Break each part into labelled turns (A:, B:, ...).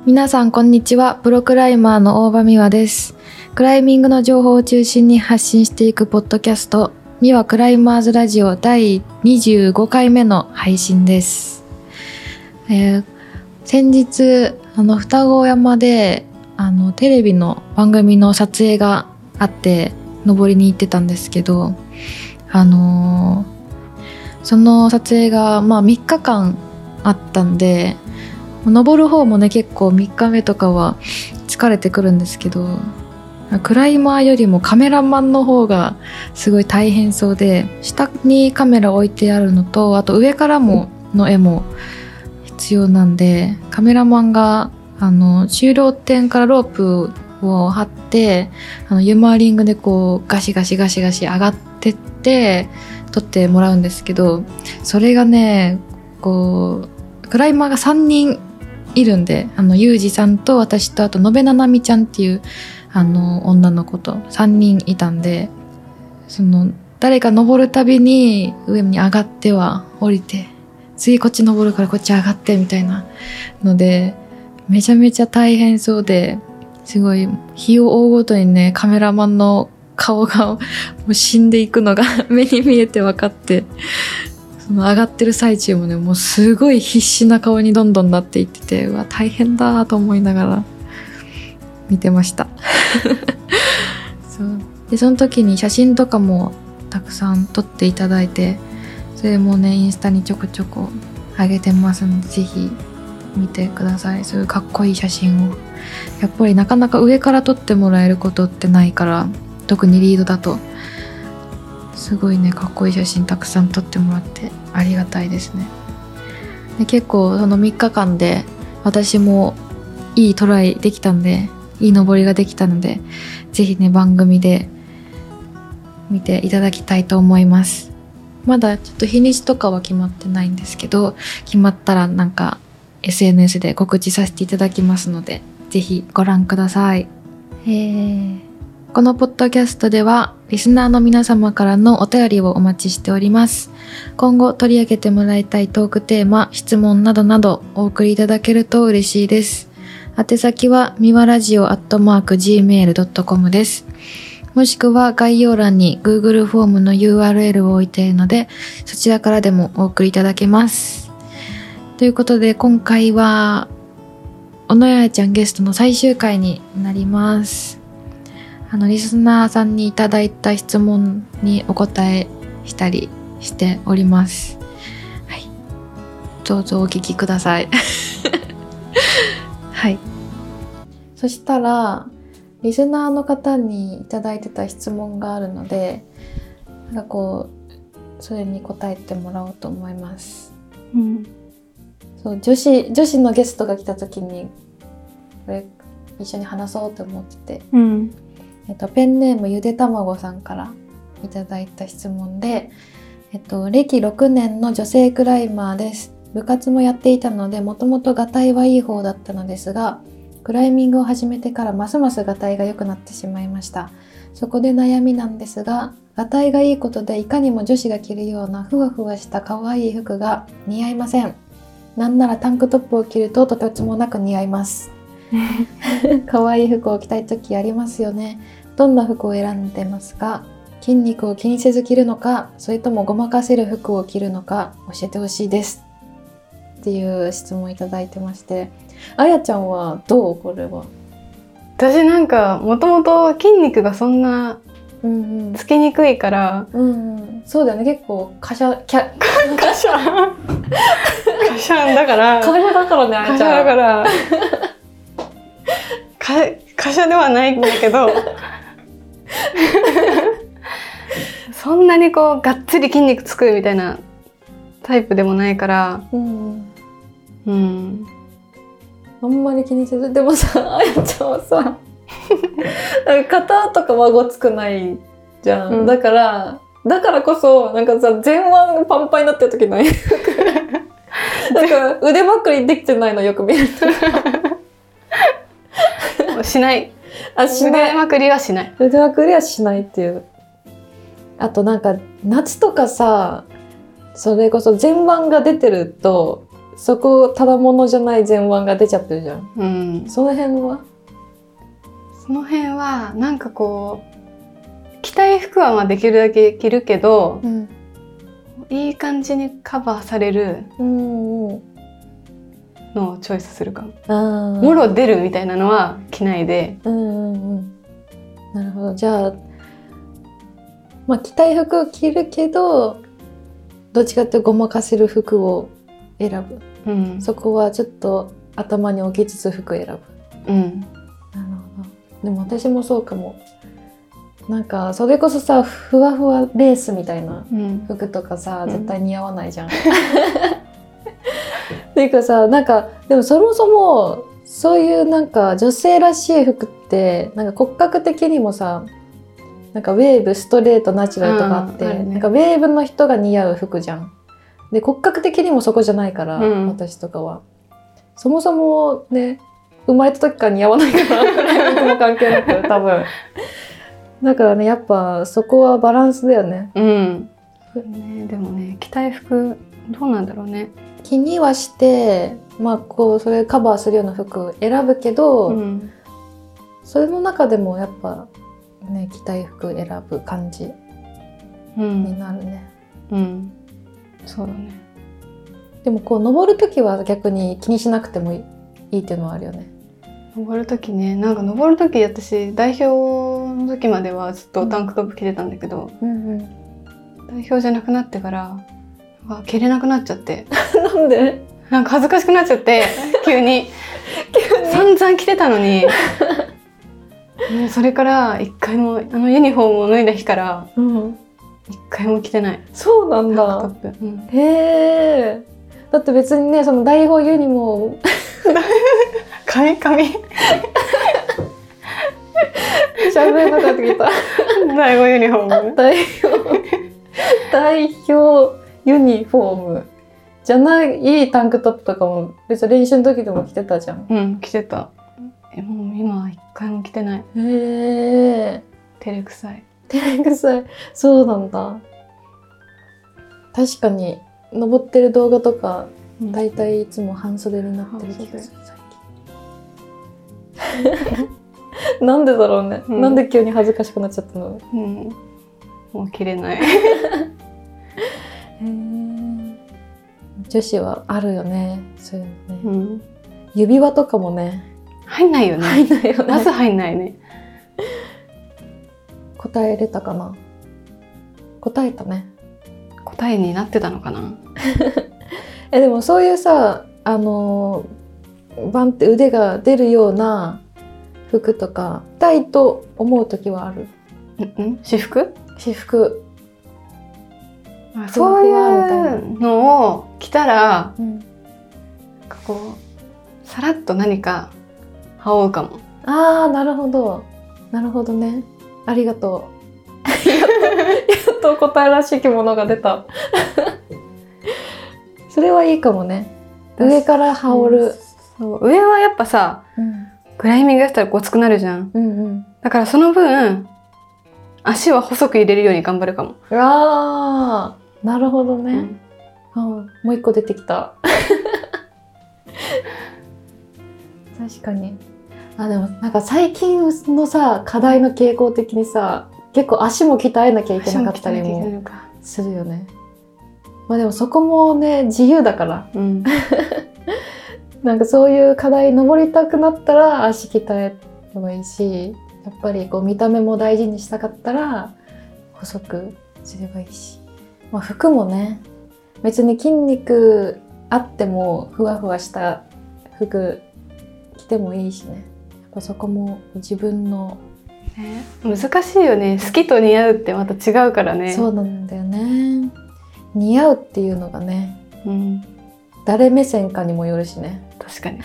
A: 皆さんこんにちは。プロクライマーの大場美和です。クライミングの情報を中心に発信していくポッドキャスト、美和クライマーズラジオ第25回目の配信です。先日双子山でテレビの番組の撮影があって登りに行ってたんですけど、その撮影が3日間あったんで、登る方もね結構3日目とかは疲れてくるんですけど、クライマーよりもカメラマンの方がすごい大変そうで、下にカメラ置いてあるのと、あと上からもの絵も必要なんで、カメラマンが終了点からロープを張ってユマーリングでこうガシガシ上がってって撮ってもらうんですけど、それがねこうクライマーが3人いるんで、ゆうじさんと私とあと野辺ななみちゃんっていう女の子と3人いたんで、誰か登るたびに上に上がっては降りて、次こっち登るからこっち上がってみたいなので、めちゃめちゃ大変そうで、すごい日を追うごとにねカメラマンの顔がもう死んでいくのが目に見えて分かって、上がってる最中もねもうすごい必死な顔にどんどんなっていってて、うわ大変だと思いながら見てましたそうで、その時に写真とかもたくさん撮っていただいて、それもねインスタにちょこちょこ上げてますので、ぜひ見てください。そういうかっこいい写真をやっぱりなかなか上から撮ってもらえることってないから、特にリードだとすごいねかっこいい写真たくさん撮ってもらってありがたいですね。で結構その3日間で私もいいトライできたんで、いい登りができたので、ぜひね番組で見ていただきたいと思います。まだちょっと日にちとかは決まってないんですけど、決まったらなんか SNS で告知させていただきますので、ぜひご覧ください。このポッドキャストではリスナーの皆様からのお便りをお待ちしております。今後取り上げてもらいたいトークテーマ、質問などなどお送りいただけると嬉しいです。宛先はみわラジオ@gmail.com です。もしくは概要欄に Google フォームの URL を置いているので、そちらからでもお送りいただけます。ということで今回は小野やちゃんゲストの最終回になります。リスナーさんにいただいた質問にお答えしたりしております。はい。どうぞお聞きください。はい。そしたら、リスナーの方にいただいてた質問があるので、なんかこう、それに答えてもらおうと思います。
B: うん。
A: そう、女子のゲストが来た時に、これ一緒に話そうと思ってて、
B: うん。
A: ペンネームゆでたまごさんからいただいた質問で、歴6年の女性クライマーです。部活もやっていたので、もともとガタイはいい方だったのですが、クライミングを始めてからますますガタイが良くなってしまいました。そこで悩みなんですが、ガタイがいいことでいかにも女子が着るようなふわふわした可愛い服が似合いません。なんならタンクトップを着るととてつもなく似合います。可愛い服を着たい時ありますよね。どんな服を選んでますか？筋肉を気にせず着るのか、それともごまかせる服を着るのか教えてほしいですっていう質問いただいてまして、あやちゃんはどう？これは。
B: 私なんかもともと筋肉がそんなつきにくいから、
A: そうだよね、結構カシャン
B: だから
A: カシャだからね、あやちゃん
B: だからカシャではないんだけどそんなにこうがっつり筋肉つくみたいなタイプでもないから、
A: あんまり気にせず。でもさ、あやちゃんはさ肩とかはごつくないじゃん、だからこそなんかさ、前腕がパンパンになってる時ないなんか腕まくりできてないのよく見る
B: しない。
A: しない。
B: 腕まくりはしない。
A: 腕まくりはしないっていう。あとなんか夏とかさ、それこそ前腕が出てるとそこただものじゃない前腕が出ちゃってるじゃん。
B: うん、
A: その辺は
B: なんかこう着たい服はまあできるだけ着るけど、いい感じにカバーされるのをチョイスするかも。もろ出るみたいなのは着ないで。
A: なるほど。じゃあまあ着たい服着るけどどっちかっていうとごまかせる服を選ぶ、そこはちょっと頭に置きつつ服選ぶ。なるほど。でも私もそうかも。なんかそれこそさ、ふわふわレースみたいな服とかさ、絶対似合わないじゃん。っていうかさ、なんかでもそもそもそういうなんか女性らしい服ってなんか骨格的にもさ、なんかウェーブ、ストレート、ナチュラルとかあって、なんかウェーブの人が似合う服じゃん。で骨格的にもそこじゃないから、私とかはそもそもね、生まれた時から似合わないから服も関係なく多分。だからね、やっぱそこはバランスだよね。
B: でもね、着たい服どうなんだろうね。
A: 気にはして、まあこうそれカバーするような服選ぶけど、それの中でもやっぱね、着たい服選ぶ感じになるね。
B: そうだね。
A: でもこう登る時は逆に気にしなくてもいいっていうのはあるよね。
B: 登る時ね、なんか登る時私代表の時まではずっとタンクトップ着てたんだけど、代表じゃなくなってから着れなくなっちゃって。
A: なんで？
B: なんか恥ずかしくなっちゃって急に散々着てたのにもうそれから一回もユニフォームを脱いだ日から一回も着てない。
A: そうなんだ。へえ。だって別にね、その代表ユニも
B: 髪
A: 喋れなかったきた。
B: 代表ユニフォーム。
A: 代表ユニフォームじゃないタンクトップとかも別に練習の時でも着てたじゃん。
B: 着てた。もう今は一回も着てない。
A: へえ。
B: 照れくさい。
A: そうなんだ。確かに登ってる動画とか、だいたいいつも半袖になってる気がする最近。なんでだろうね、なんで急に恥ずかしくなっちゃったの。
B: もう着れない。
A: 女子はあるよね、そういうのね。指輪とかもね、
B: 入んないよね。まず入んないね。
A: 答えれたかな。答えたね。
B: 答えになってたのかな。
A: でもそういうさ、バンって腕が出るような服とか着たいと思う時はある？
B: 私服？そういうのを着たら、こうさらっと何か羽織るかも。
A: なるほどね。ありがとう。やっと答えらしきものが出た。それはいいかもね。上から羽織る。
B: 上はやっぱさ、クライミングやったらごつくなるじゃん。だからその分足は細く入れるように頑張るかも。
A: なるほどね。もう一個出てきた。確かに。でもなんか最近のさ、課題の傾向的にさ、結構足も鍛えなきゃいけなかったりもするよね。まあでもそこもね、自由だから、なんかそういう課題登りたくなったら足鍛えればいいし、やっぱりこう見た目も大事にしたかったら細くすればいいし、まあ、服もね、別に筋肉あってもふわふわした服着てもいいしね。やっぱそこも自分の、
B: 難しいよね。好きと似合うってまた違うからね。
A: そうなんだよね。似合うっていうのがね、誰目線かにもよるしね。
B: 確かに。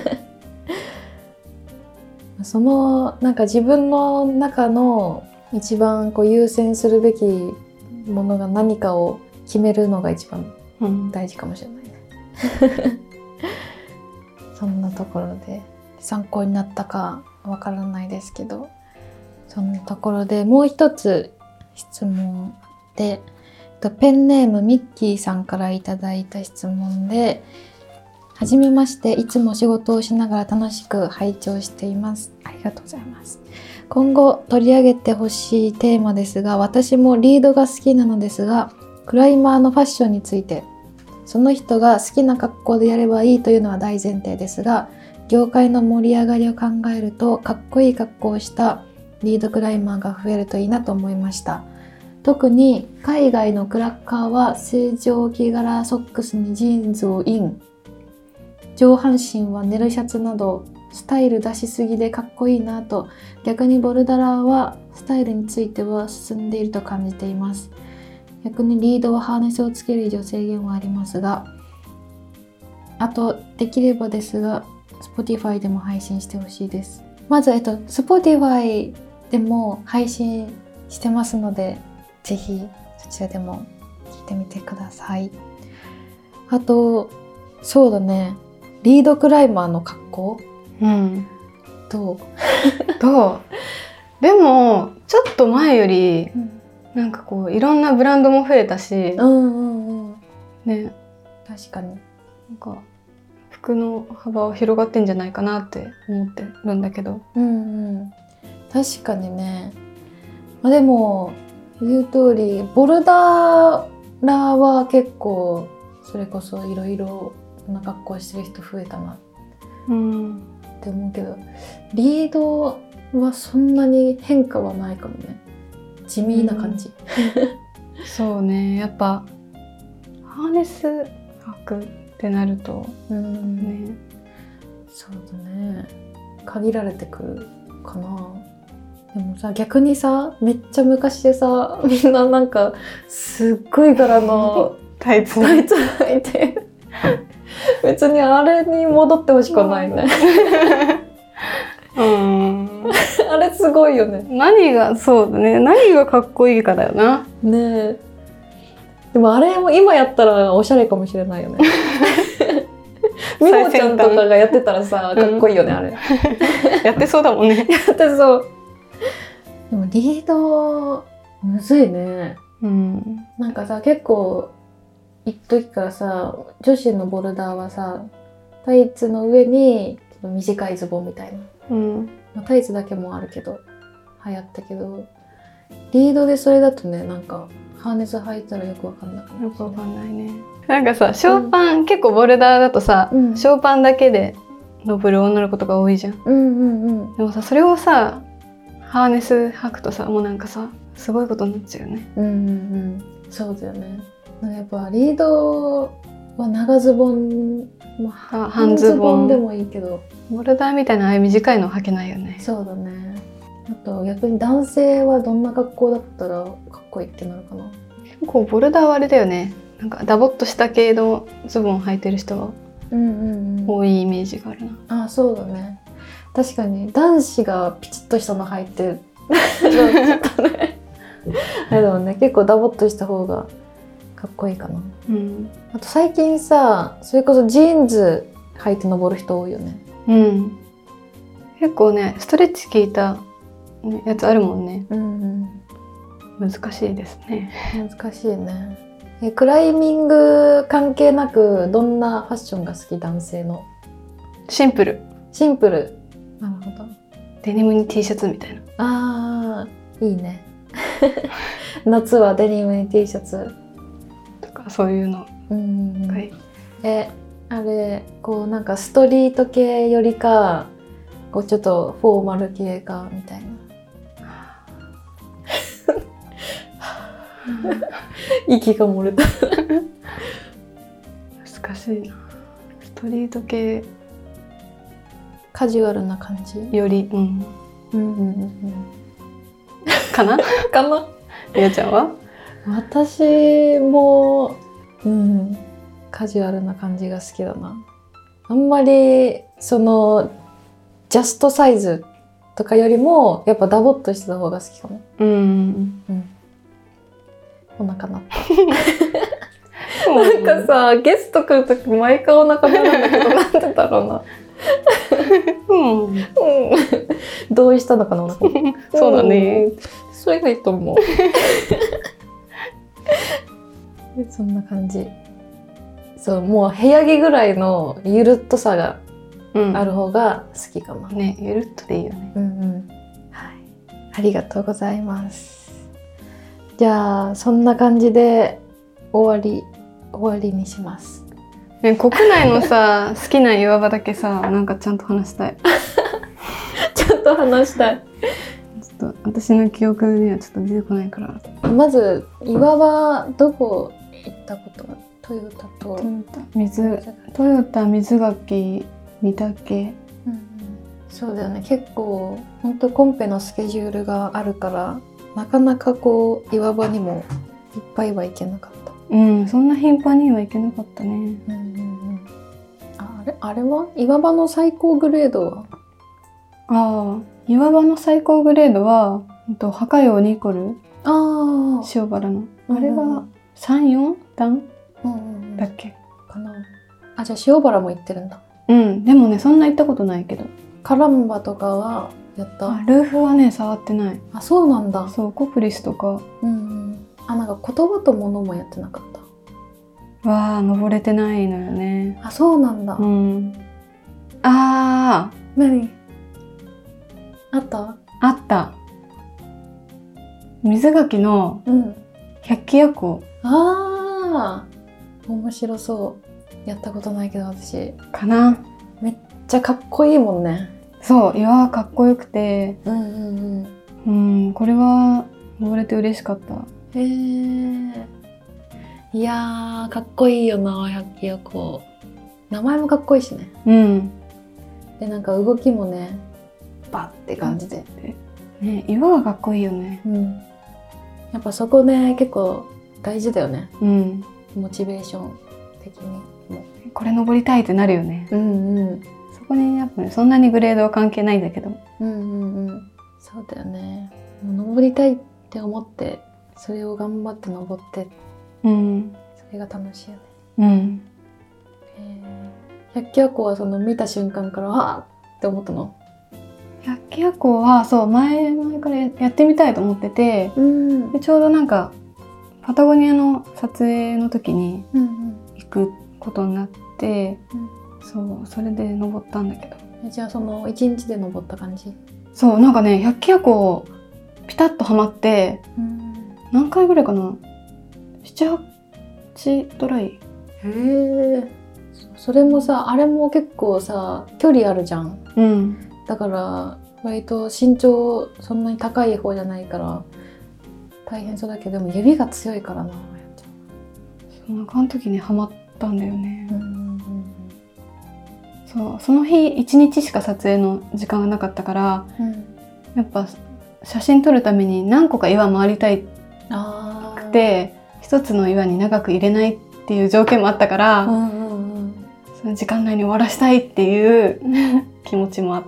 A: そのなんか自分の中の一番こう優先するべきものが何かを決めるのが一番大事かもしれないね。そんなところで参考になったかわからないですけど、そんなところでもう一つ質問で、ペンネームミッキーさんからいただいた質問で、 はじめまして、いつも仕事をしながら楽しく拝聴しています。ありがとうございます。今後取り上げてほしいテーマですが、私もリードが好きなのですが、クライマーのファッションについて、その人が好きな格好でやればいいというのは大前提ですが、業界の盛り上がりを考えると、かっこいい格好をしたリードクライマーが増えるといいなと思いました。特に海外のクラッカーは正常着柄ソックスにジーンズをイン、上半身はネルシャツなどスタイル出しすぎでかっこいいなと、逆にボルダラーはスタイルについては進んでいると感じています。逆にリードはハーネスをつける以上制限はありますが、あとできればですが Spotify でも配信してほしいです。まずSpotify でも配信してますので、ぜひそちらでも聞いてみてください。あとそうだね、リードクライマーの格好、どうでもちょっと前より、なんかこういろんなブランドも増えたし、ね、 確かに
B: なんか服の幅は広がってんじゃないかなって思ってるんだけど、
A: 確かにね。でも言う通りボルダーは結構それこそいろいろな格好してる人増えたなって思うけど、リードはそんなに変化はないかもね。地味な感じ。
B: そうね、やっぱハーネス履くってなるとね、
A: そうだね、限られてくるかな。でもさ、逆にさ、めっちゃ昔でさ、みんななんかすっごい柄の
B: タイツ
A: 履いて別にあれに戻ってほしくはないね。あれすごいよね。
B: そうだね、何がかっこいいかだよな。
A: ねえ。でもあれも今やったらおしゃれかもしれないよね。みほちゃんとかがやってたらさ、かっこいいよね、あれ。
B: やってそうだもんね。
A: やってそう。でもリードむずいね。なんかさ、結構一時からさ、女子のボルダーはさ、タイツの上にちょっと短いズボンみたいな、タイツだけもあるけど流行ったけど、リードでそれだとね、なんかハーネス履いたらよくわかんない。
B: よくわかんないね。なんかさ、ショーパン、結構ボルダーだとさ、ショーパンだけで登る女の子とか多いじゃん。でもさ、それをさハーネス履くとさ、もうなんかさ、すごいことになっちゃうよね。
A: そうだよね。なんかやっぱリードは長ズボン、半ズボンでもいいけど、
B: ボルダーみたいなああいう短いの履けないよね。
A: そうだね。あと逆に男性はどんな格好だったらかっこいいってなるかな。
B: 結構ボルダーはあれだよね、なんかダボっとした系のズボン履いてる人が多いイメージがあるな。
A: あ、そうだね。確かに男子がピチッとしたの履いてあれだもんね、結構ダボっとした方がかっこいいかな。あと最近さ、それこそジーンズ履いて登る人多いよね。
B: 結構ね、ストレッチ効いたやつあるもんね。難しいですね。
A: 難しいね。クライミング関係なくどんなファッションが好き？男性の。
B: シンプル。
A: なるほど。
B: デニムに T シャツみたいな。
A: あー、いいね。夏はデニムに T シャツ
B: とかそういうの。
A: あれこうなんかストリート系よりか、こうちょっとフォーマル系かみたいな。息が漏れた。
B: 難しいな。ストリート系、
A: カジュアルな感じ
B: より、かなみやちゃんは？
A: 私もカジュアルな感じが好きだな。あんまりそのジャストサイズとかよりもやっぱダボっとしてた方が好きかも。お腹鳴った。なんかさ、ゲスト来るとき毎回お腹鳴るんだけど、なんでだろうな。同意したのかな、お腹。
B: そうだね。
A: それがいいと思う。そんな感じ。 そう、もう部屋着ぐらいのゆるっとさがある方が好きかも、
B: ね。ゆるっとでいいよね。
A: はい、ありがとうございます。じゃあそんな感じで終わりにします。
B: 国内のさ好きな岩場だけさ、なんかちゃんと話したい。
A: ちょっと話したい。
B: ちょっと私の記憶にはちょっと出てこないから。
A: まず岩場どこ行ったこと？豊田と
B: 豊田、水垣、御嶽。
A: そうだよね。結構本当コンペのスケジュールがあるからなかなかこう岩場にもいっぱいは行けなかった。
B: そんな頻繁には行けなかったね。
A: あれは岩場の最高グレードは？
B: 岩場の最高グレードは破壊王ニコル、塩原のあれは3、4段だっけ
A: かな。じゃあ塩原も行ってるんだ。
B: でもねそんな行ったことないけど。
A: カランバとかはやった？
B: ルーフはね触ってない。
A: そうなんだ。
B: そう、コプリスとか。
A: なんか言葉と物もやってなかった？
B: 登れてないのよね。
A: そうなんだ。何あった
B: 水垣の百鬼夜行。
A: 面白そう。やったことないけど私
B: かな。
A: めっちゃかっこいいもんね。
B: そう、岩はかっこよくて、これは登れて嬉しかった。
A: いやーかっこいいよな、百鬼夜行。名前もかっこいいしね。でなんか動きもねバッって感じで
B: ね、岩がかっこいいよね。
A: やっぱそこね結構大事だよね。モチベーション的にも
B: これ登りたいってなるよね。そこにやっぱりそんなにグレードは関係ないんだけど。
A: そうだよね。もう登りたいって思ってそれを頑張って登って、それが楽しいよね。百鬼夜行はその見た瞬間からわーって思ったの？
B: 百鬼夜行はそう前からやってみたいと思ってて、でちょうどなんかパタゴニアの撮影の時に行くことになって、それで登ったんだけど。
A: じゃあその1日で登った感じ？
B: そう、なんかね百鬼夜行ピタッとハマって、何回ぐらいかな、7、8トライ。
A: それもさ、あれも結構さ距離あるじゃん。だから割と身長そんなに高い方じゃないから大変そうだけど、でも指が強いからな。
B: あの時にハマったんだよね。そう、その日1日しか撮影の時間がなかったから、やっぱ写真撮るために何個か岩回りたいくて、一つの岩に長く入れないっていう条件もあったから、その時間内に終わらしたいっていう気持ちもあった。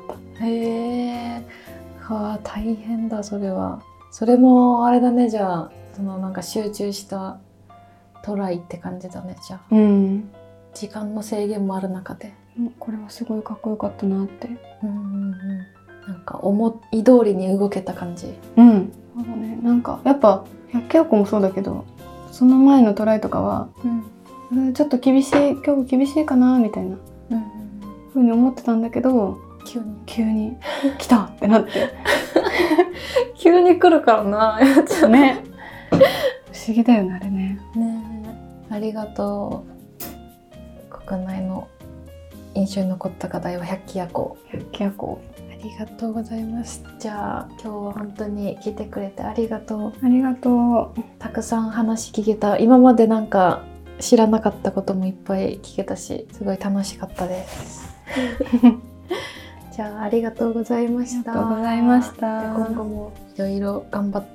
A: 大変だそれは。それもあれだね。じゃあそのなんか集中したトライって感じだね。じゃあ、時間の制限もある中で、
B: これはすごいかっこよかったなって。
A: なんか思い通りに動けた感じ。
B: そうだね。なんかやっぱ百鬼夜行もそうだけど、その前のトライとかは、ちょっと今日厳しいかなみたいなふうに思ってたんだけど、急に来たってなって
A: 急に来るからなやつ
B: ね。不思議だよねあれね。
A: ありがとう。国内の印象に残った課題は百鬼夜行。ありがとうございます。じゃあ今日は本当に来てくれてありがとう。たくさん話聞けた。今までなんか知らなかったこともいっぱい聞けたし、すごい楽しかったですじゃあありがとうございました。今後もいろいろ頑張って。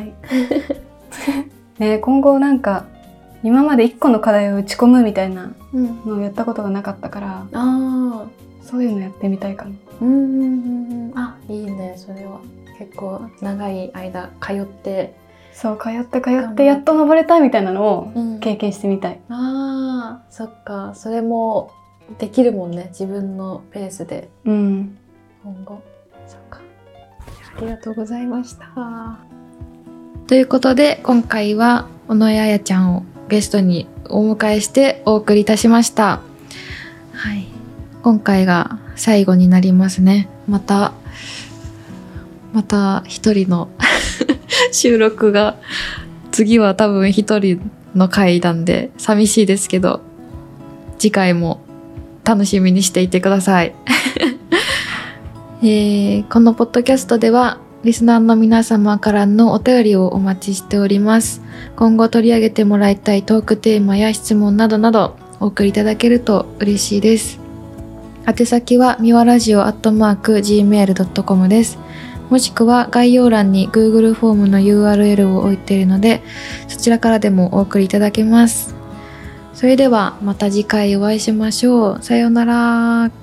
B: ね、今後なんか今まで1個の課題を打ち込むみたいなのをやったことがなかったから、そういうのやってみたいかも。
A: いいね。それは結構長い間通って
B: やっと登れたみたいなのを経験してみたい。
A: そっか。それもできるもんね、自分のペースで。今後。そっか。ありがとうございました。ということで今回は小野彩ちゃんをゲストにお迎えしてお送りいたしました。はい、今回が最後になりますね。また一人の収録が、次は多分一人の回なんで寂しいですけど、次回も楽しみにしていてください。このポッドキャストではリスナーの皆様からのお便りをお待ちしております。今後取り上げてもらいたいトークテーマや質問などなどお送りいただけると嬉しいです。宛先はみわラジオ@gmail.com です。もしくは概要欄に Google フォームの URL を置いているので、そちらからでもお送りいただけます。それではまた次回お会いしましょう。さようなら。